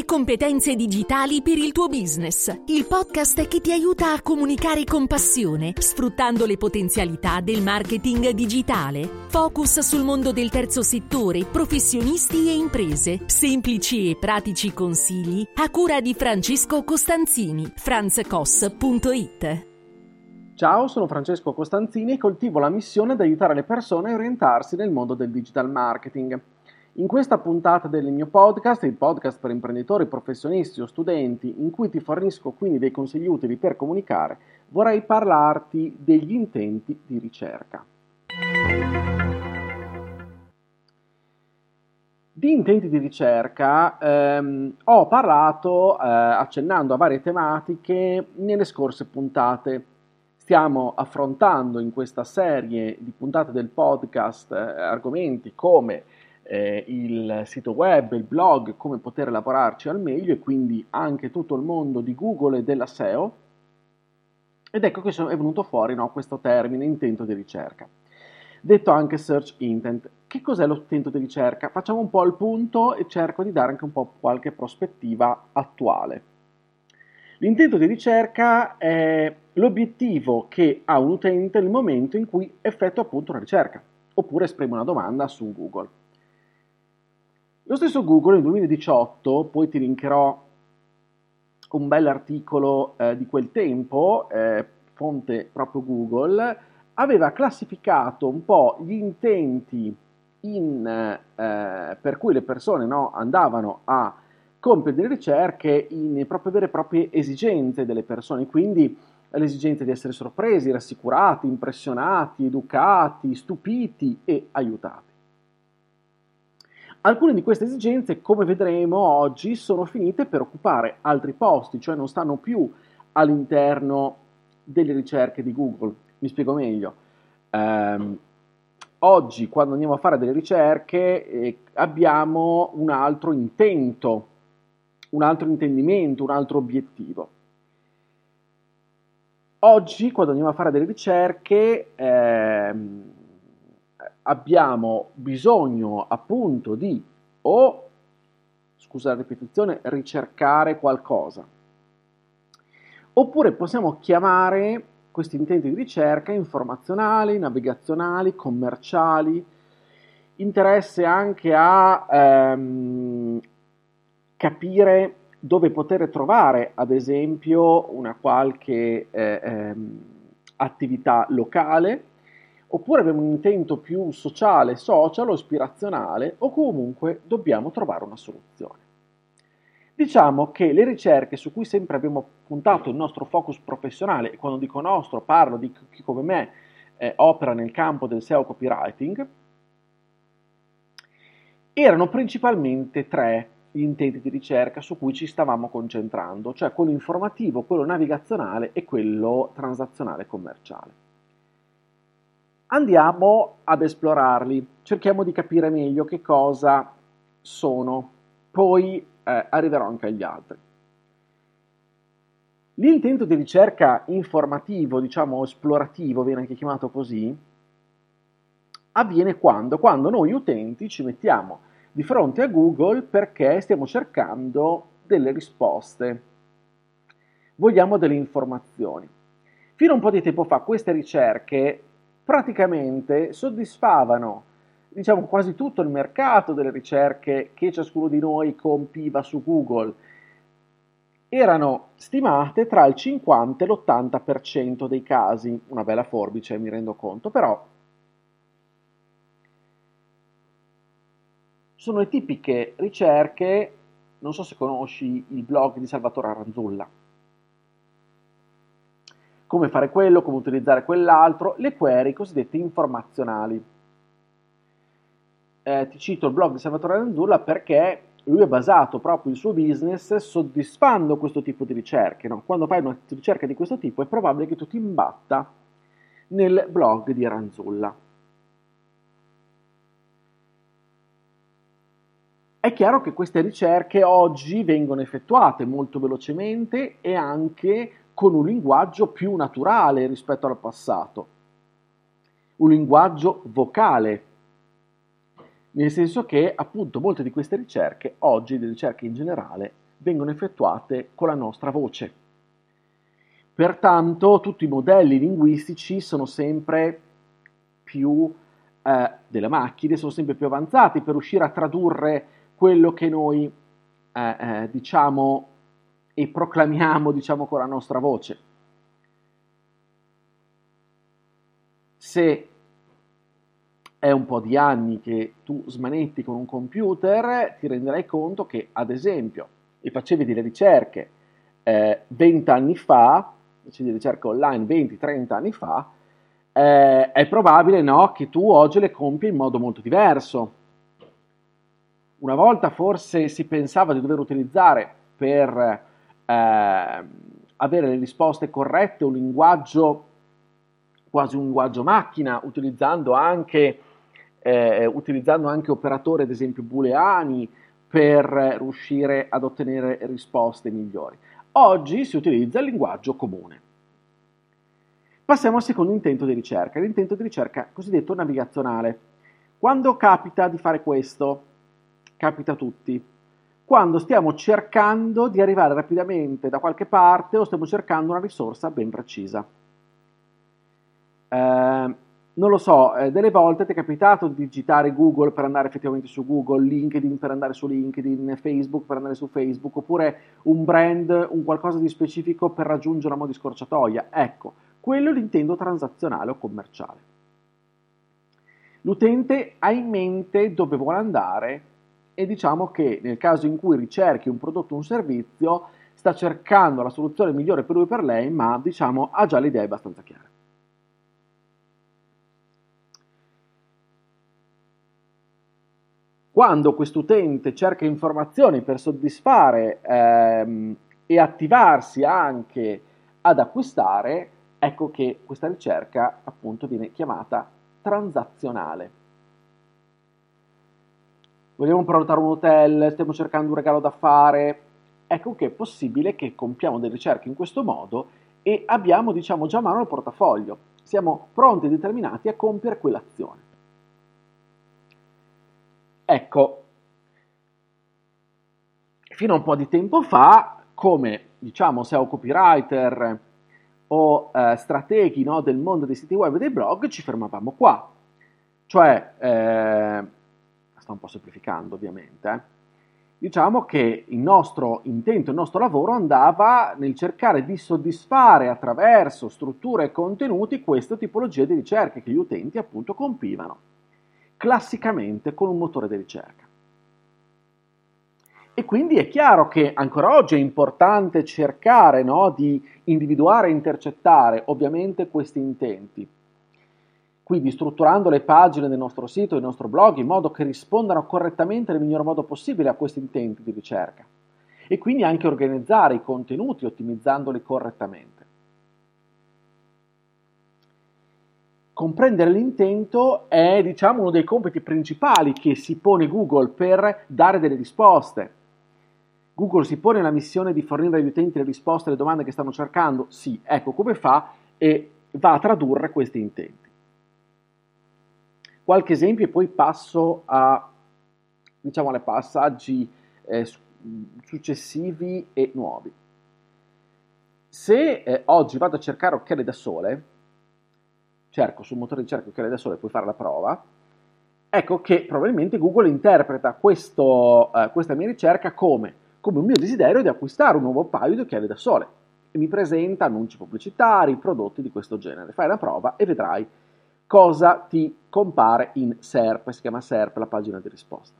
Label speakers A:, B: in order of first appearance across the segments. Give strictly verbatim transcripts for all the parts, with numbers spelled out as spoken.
A: Le competenze digitali per il tuo business. Il podcast che ti aiuta a comunicare con passione, sfruttando le potenzialità del marketing digitale. Focus sul mondo del terzo settore, professionisti e imprese. Semplici e pratici consigli a cura di Francesco Costanzini. franzcos punto it.
B: Ciao, sono Francesco Costanzini e coltivo la missione di aiutare le persone a orientarsi nel mondo del digital marketing. In questa puntata del mio podcast, il podcast per imprenditori, professionisti o studenti, in cui ti fornisco quindi dei consigli utili per comunicare, vorrei parlarti degli intenti di ricerca. Di intenti di ricerca ehm, ho parlato eh, accennando a varie tematiche nelle scorse puntate. Stiamo affrontando in questa serie di puntate del podcast eh, argomenti come eh, il sito web, il blog, come poter lavorarci al meglio e quindi anche tutto il mondo di Google e della S E O. Ed ecco che è venuto fuori no, questo termine, intento di ricerca. Detto anche search intent. Che cos'è l'intento di ricerca? Facciamo un po' il punto e cerco di dare anche un po' qualche prospettiva attuale. L'intento di ricerca è l'obiettivo che ha un utente nel momento in cui effettua appunto una ricerca, oppure esprime una domanda su Google. Lo stesso Google nel duemiladiciotto, poi ti linkerò un bell'articolo eh, di quel tempo, eh, fonte proprio Google, aveva classificato un po' gli intenti in, eh, per cui le persone no, andavano a compiere delle ricerche in proprio vere e proprie esigenze delle persone, quindi l'esigenza di essere sorpresi, rassicurati, impressionati, educati, stupiti e aiutati. Alcune di queste esigenze, come vedremo oggi, sono finite per occupare altri posti, cioè non stanno più all'interno delle ricerche di Google. Mi spiego meglio. Um, oggi, quando andiamo a fare delle ricerche, eh, abbiamo un altro intento, un altro intendimento, un altro obiettivo. Oggi, quando andiamo a fare delle ricerche, ehm, abbiamo bisogno appunto di o, scusa la ripetizione, ricercare qualcosa. Oppure possiamo chiamare questi intenti di ricerca informazionali, navigazionali, commerciali, interesse anche a ehm, capire dove poter trovare, ad esempio, una qualche eh, ehm, attività locale, oppure abbiamo un intento più sociale, social o ispirazionale, o comunque dobbiamo trovare una soluzione. Diciamo che le ricerche su cui sempre abbiamo puntato il nostro focus professionale, e quando dico nostro parlo di chi come me eh, opera nel campo del S E O copywriting, erano principalmente tre gli intenti di ricerca su cui ci stavamo concentrando, cioè quello informativo, quello navigazionale e quello transazionale commerciale. Andiamo ad esplorarli, cerchiamo di capire meglio che cosa sono, poi eh, arriverò anche agli altri. L'intento di ricerca informativo, diciamo esplorativo, viene anche chiamato così, avviene quando? Quando noi utenti ci mettiamo di fronte a Google perché stiamo cercando delle risposte, vogliamo delle informazioni. Fino a un po' di tempo fa queste ricerche praticamente soddisfavano, diciamo, quasi tutto il mercato delle ricerche che ciascuno di noi compiva su Google. Erano stimate tra il cinquanta e l'ottanta per cento dei casi, una bella forbice mi rendo conto, però sono le tipiche ricerche, non so se conosci il blog di Salvatore Aranzulla. Come fare quello, come utilizzare quell'altro, le query cosiddette informazionali. Eh, ti cito il blog di Salvatore Aranzulla perché lui è basato proprio il suo business soddisfando questo tipo di ricerche. No? Quando fai una ricerca di questo tipo è probabile che tu ti imbatta nel blog di Aranzulla. È chiaro che queste ricerche oggi vengono effettuate molto velocemente e anche con un linguaggio più naturale rispetto al passato, un linguaggio vocale, nel senso che appunto molte di queste ricerche, oggi le ricerche in generale, vengono effettuate con la nostra voce. Pertanto tutti i modelli linguistici sono sempre più eh, delle macchine, sono sempre più avanzati per riuscire a tradurre quello che noi eh, eh, diciamo e proclamiamo, diciamo, con la nostra voce. Se è un po' di anni che tu smanetti con un computer, ti renderai conto che, ad esempio, e facevi delle ricerche venti eh, anni fa, facevi delle ricerche online venti trenta anni fa, eh, è probabile, no, che tu oggi le compia in modo molto diverso. Una volta forse si pensava di dover utilizzare per eh, avere le risposte corrette un linguaggio, quasi un linguaggio macchina, utilizzando anche, eh, utilizzando anche operatori, ad esempio booleani, per riuscire ad ottenere risposte migliori. Oggi si utilizza il linguaggio comune. Passiamo al secondo intento di ricerca, l'intento di ricerca cosiddetto navigazionale. Quando capita di fare questo? Capita a tutti. Quando stiamo cercando di arrivare rapidamente da qualche parte o stiamo cercando una risorsa ben precisa. Eh, non lo so, eh, delle volte ti è capitato di digitare Google per andare effettivamente su Google, LinkedIn per andare su LinkedIn, Facebook per andare su Facebook, oppure un brand, un qualcosa di specifico per raggiungere una mo' di scorciatoia. Ecco, quello è l'intento transazionale o commerciale. L'utente ha in mente dove vuole andare e diciamo che nel caso in cui ricerchi un prodotto o un servizio sta cercando la soluzione migliore per lui o per lei, ma diciamo ha già le idee abbastanza chiare. Quando quest'utente cerca informazioni per soddisfare ehm, e attivarsi anche ad acquistare, ecco che questa ricerca appunto viene chiamata transazionale. Vogliamo prenotare un hotel, stiamo cercando un regalo da fare, ecco che è possibile che compiamo delle ricerche in questo modo e abbiamo, diciamo, già a mano il portafoglio, siamo pronti e determinati a compiere quell'azione. Ecco, fino a un po' di tempo fa, come diciamo se o copywriter o eh, strateghi, no, del mondo dei siti web e dei blog, ci fermavamo qua. Cioè, eh, sto un po' semplificando ovviamente, eh, diciamo che il nostro intento, il nostro lavoro andava nel cercare di soddisfare attraverso strutture e contenuti questa tipologia di ricerche che gli utenti appunto compivano classicamente con un motore di ricerca. E quindi è chiaro che ancora oggi è importante cercare, no, di individuare e intercettare ovviamente questi intenti, quindi strutturando le pagine del nostro sito, del nostro blog, in modo che rispondano correttamente nel miglior modo possibile a questi intenti di ricerca e quindi anche organizzare i contenuti ottimizzandoli correttamente. Comprendere l'intento è, diciamo, uno dei compiti principali che si pone Google per dare delle risposte. Google si pone la missione di fornire agli utenti le risposte alle domande che stanno cercando? Sì, ecco come fa e va a tradurre questi intenti. Qualche esempio e poi passo a, diciamo, ai passaggi eh, successivi e nuovi. Se eh, oggi vado a cercare occhiali da sole, cerco sul motore di ricerca occhiali da sole e puoi fare la prova, ecco che probabilmente Google interpreta questo, eh, questa mia ricerca come, come un mio desiderio di acquistare un nuovo paio di occhiali da sole e mi presenta annunci pubblicitari, prodotti di questo genere. Fai la prova e vedrai cosa ti compare in S E R P, si chiama S E R P la pagina di risposta.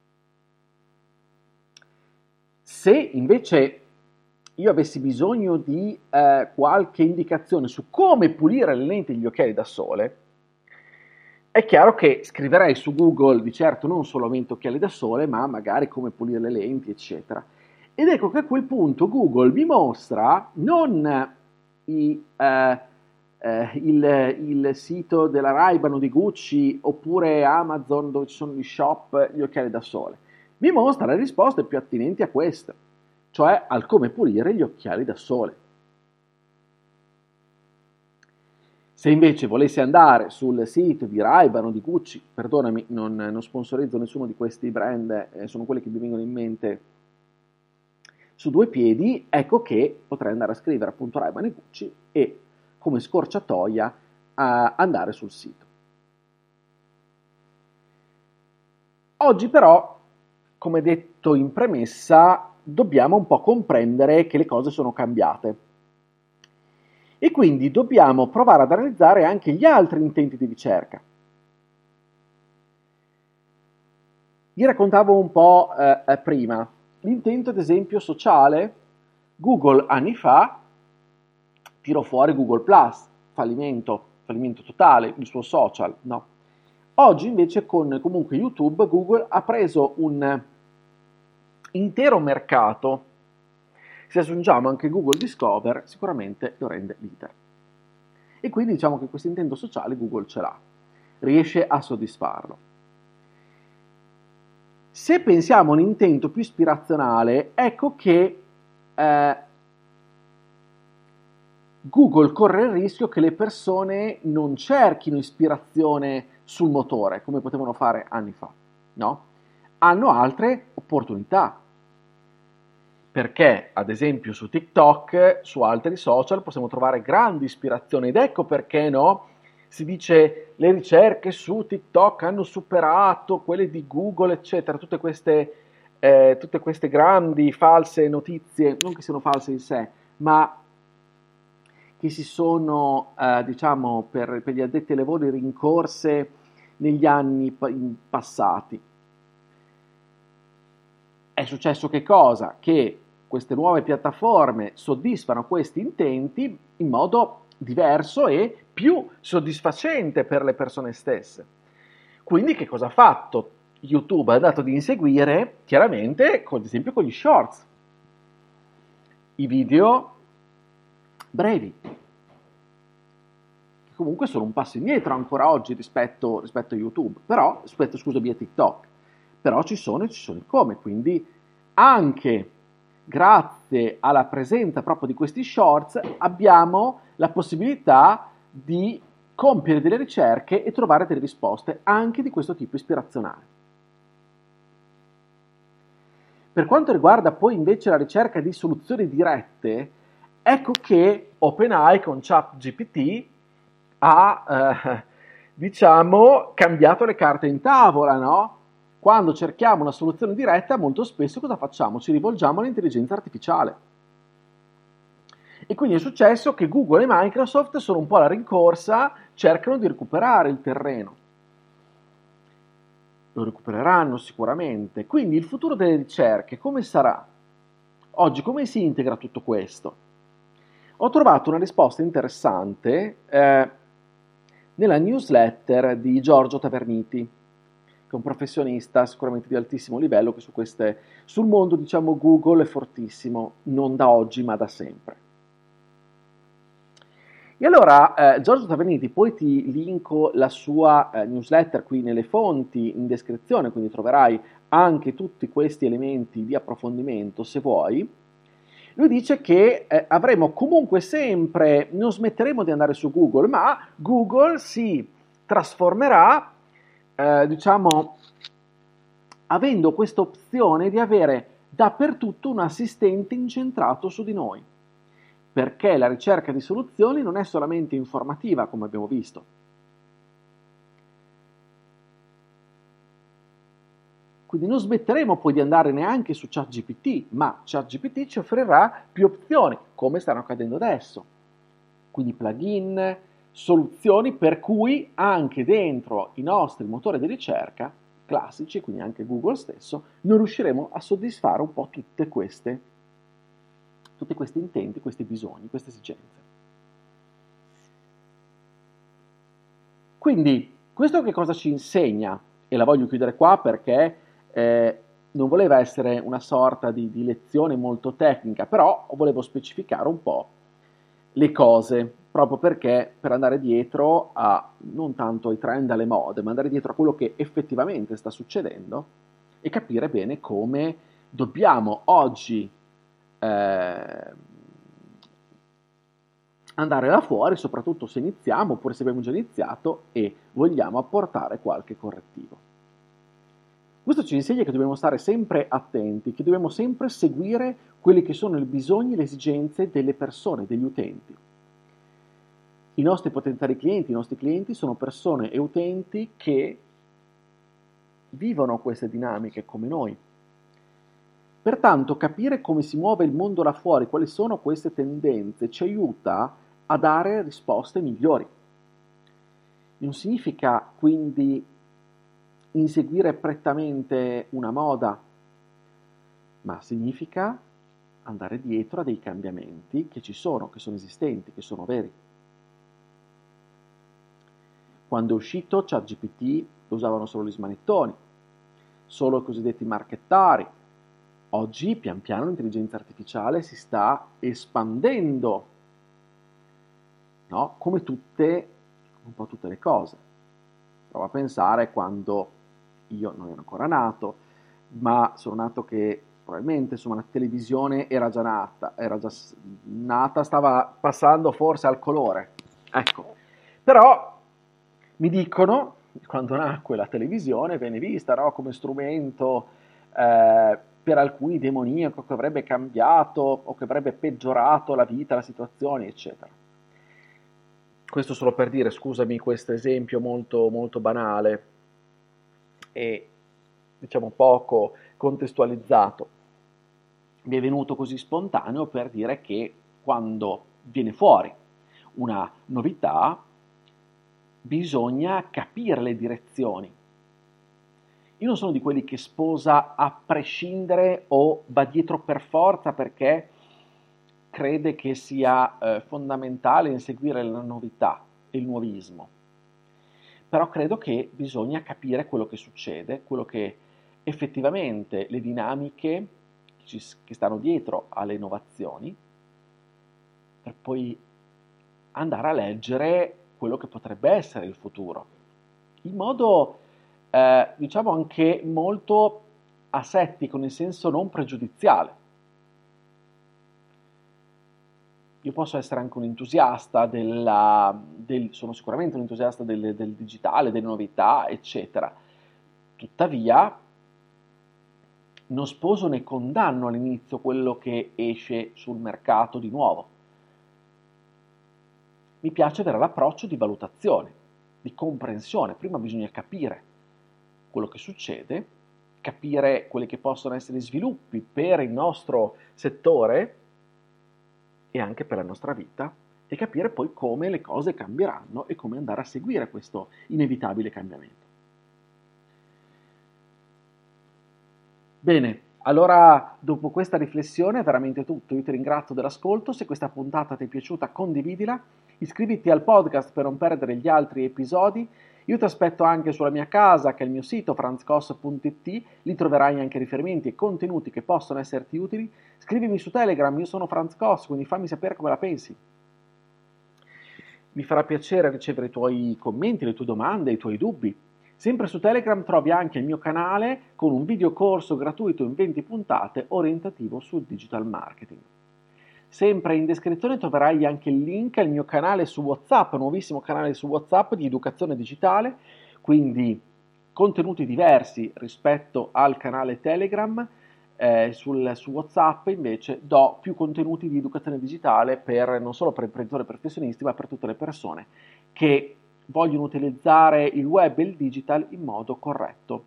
B: Se invece io avessi bisogno di eh, qualche indicazione su come pulire le lenti degli occhiali da sole, è chiaro che scriverei su Google di certo non solamente occhiali da sole, ma magari come pulire le lenti, eccetera. Ed ecco che a quel punto Google mi mostra non i, eh, eh, il, il sito della Ray-Ban o di Gucci oppure Amazon dove ci sono gli shop, gli occhiali da sole, mi mostra le risposte più attinenti a queste, cioè al come pulire gli occhiali da sole. Se invece volessi andare sul sito di Ray-Ban o di Gucci, perdonami, non, non sponsorizzo nessuno di questi brand, eh, sono quelli che mi vengono in mente su due piedi, ecco che potrei andare a scrivere appunto Ray-Ban e Gucci e come scorciatoia a andare sul sito. Oggi però, come detto in premessa, dobbiamo un po' comprendere che le cose sono cambiate e quindi dobbiamo provare ad analizzare anche gli altri intenti di ricerca. Vi raccontavo un po' eh, prima l'intento ad esempio sociale. Google anni fa tirò fuori Google Plus, fallimento, fallimento totale, il suo social, no. Oggi invece con comunque YouTube, Google ha preso un intero mercato. Se aggiungiamo anche Google Discover, sicuramente lo rende leader. E quindi diciamo che questo intento sociale Google ce l'ha, riesce a soddisfarlo. Se pensiamo a un intento più ispirazionale, ecco che eh, Google corre il rischio che le persone non cerchino ispirazione sul motore, come potevano fare anni fa, no? Hanno altre opportunità. Perché, ad esempio, su TikTok, su altri social, possiamo trovare grandi ispirazioni. Ed ecco perché, no? Si dice le ricerche su TikTok hanno superato quelle di Google, eccetera. Tutte queste, eh, tutte queste grandi false notizie, non che siano false in sé, ma che si sono, eh, diciamo, per, per gli addetti ai lavori rincorse negli anni passati. È successo che cosa? Che queste nuove piattaforme soddisfano questi intenti in modo diverso e più soddisfacente per le persone stesse. Quindi che cosa ha fatto? YouTube ha dato di inseguire, chiaramente, ad esempio con gli shorts, i video brevi, che comunque sono un passo indietro ancora oggi rispetto, rispetto a YouTube, però, rispetto, scusami, a TikTok, però ci sono e ci sono i come, quindi anche grazie alla presenza proprio di questi shorts abbiamo la possibilità di compiere delle ricerche e trovare delle risposte anche di questo tipo ispirazionale. Per quanto riguarda poi invece la ricerca di soluzioni dirette, ecco che OpenAI con ChatGPT ha, eh, diciamo, cambiato le carte in tavola, no? Quando cerchiamo una soluzione diretta, molto spesso cosa facciamo? Ci rivolgiamo all'intelligenza artificiale. E quindi è successo che Google e Microsoft sono un po' alla rincorsa, cercano di recuperare il terreno. Lo recupereranno sicuramente. Quindi il futuro delle ricerche come sarà? Oggi come si integra tutto questo? Ho trovato una risposta interessante eh, nella newsletter di Giorgio Taverniti, che è un professionista sicuramente di altissimo livello, che su queste, sul mondo, diciamo, Google è fortissimo, non da oggi ma da sempre. E allora eh, Giorgio Taverniti, poi ti linko la sua eh, newsletter qui nelle fonti in descrizione, quindi troverai anche tutti questi elementi di approfondimento se vuoi. Lui dice che eh, avremo comunque sempre, non smetteremo di andare su Google, ma Google si trasformerà, eh, diciamo, avendo questa opzione di avere dappertutto un assistente incentrato su di noi, perché la ricerca di soluzioni non è solamente informativa, come abbiamo visto. Quindi non smetteremo poi di andare neanche su ChatGPT, ma ChatGPT ci offrirà più opzioni, come stanno accadendo adesso. Quindi plugin, soluzioni per cui anche dentro i nostri motori di ricerca classici, quindi anche Google stesso, non riusciremo a soddisfare un po' tutte queste, tutti questi intenti, questi bisogni, queste esigenze. Quindi questo che cosa ci insegna? E la voglio chiudere qua perché eh, non voleva essere una sorta di, di lezione molto tecnica, però volevo specificare un po' le cose, proprio perché per andare dietro a non tanto ai trend, alle mode, ma andare dietro a quello che effettivamente sta succedendo e capire bene come dobbiamo oggi eh, andare là fuori, soprattutto se iniziamo, oppure se abbiamo già iniziato e vogliamo apportare qualche correttivo. Questo ci insegna che dobbiamo stare sempre attenti, che dobbiamo sempre seguire quelli che sono i bisogni e le esigenze delle persone, degli utenti. I nostri potenziali clienti, i nostri clienti sono persone e utenti che vivono queste dinamiche come noi. Pertanto capire come si muove il mondo là fuori, quali sono queste tendenze, ci aiuta a dare risposte migliori. Non significa quindi inseguire prettamente una moda, ma significa andare dietro a dei cambiamenti che ci sono, che sono esistenti, che sono veri. Quando è uscito ChatGPT lo usavano solo gli smanettoni, solo i cosiddetti marchettari. Oggi pian piano l'intelligenza artificiale si sta espandendo, no? Come tutte, un po' tutte le cose. Prova a pensare quando io non ero ancora nato, ma sono nato che probabilmente insomma la televisione era già nata, era già nata, stava passando forse al colore. Ecco, però mi dicono, quando nacque la televisione venne vista, no, come strumento eh, per alcuni demoniaco che avrebbe cambiato o che avrebbe peggiorato la vita, la situazione, eccetera. Questo solo per dire, scusami, questo esempio molto, molto banale e diciamo poco contestualizzato, mi è venuto così spontaneo per dire che quando viene fuori una novità bisogna capire le direzioni. Io non sono di quelli che sposa a prescindere o va dietro per forza perché crede che sia eh, fondamentale inseguire la novità e il nuovismo. Però credo che bisogna capire quello che succede, quello che effettivamente le dinamiche che, ci, che stanno dietro alle innovazioni, per poi andare a leggere quello che potrebbe essere il futuro, in modo eh, diciamo anche molto asettico, nel senso non pregiudiziale. Io posso essere anche un entusiasta della, del, sono sicuramente un entusiasta del, del digitale, delle novità, eccetera. Tuttavia, non sposo né condanno all'inizio quello che esce sul mercato di nuovo. Mi piace avere l'approccio di valutazione, di comprensione. Prima bisogna capire quello che succede, capire quelli che possono essere sviluppi per il nostro settore e anche per la nostra vita e capire poi come le cose cambieranno e come andare a seguire questo inevitabile cambiamento. Bene, allora dopo questa riflessione è veramente tutto. Io ti ringrazio dell'ascolto, se questa puntata ti è piaciuta condividila, iscriviti al podcast per non perdere gli altri episodi. Io ti aspetto anche sulla mia casa, che è il mio sito franz cos punto it, lì troverai anche riferimenti e contenuti che possono esserti utili. Scrivimi su Telegram, io sono Franz Cos, quindi fammi sapere come la pensi. Mi farà piacere ricevere i tuoi commenti, le tue domande, i tuoi dubbi. Sempre su Telegram trovi anche il mio canale con un videocorso gratuito in venti puntate orientativo sul digital marketing. Sempre in descrizione troverai anche il link al mio canale su WhatsApp, nuovissimo canale su WhatsApp di educazione digitale, quindi contenuti diversi rispetto al canale Telegram. Eh, sul, su WhatsApp invece do più contenuti di educazione digitale per, non solo per imprenditori professionisti, ma per tutte le persone che vogliono utilizzare il web e il digital in modo corretto.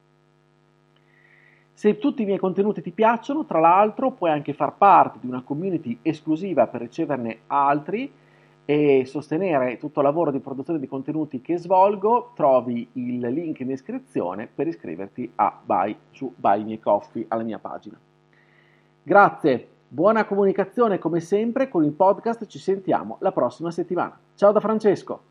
B: Se tutti i miei contenuti ti piacciono, tra l'altro puoi anche far parte di una community esclusiva per riceverne altri e sostenere tutto il lavoro di produzione di contenuti che svolgo. Trovi il link in descrizione per iscriverti a Buy su Buy Me Coffee, alla mia pagina. Grazie, buona comunicazione come sempre con il podcast, ci sentiamo la prossima settimana. Ciao da Francesco!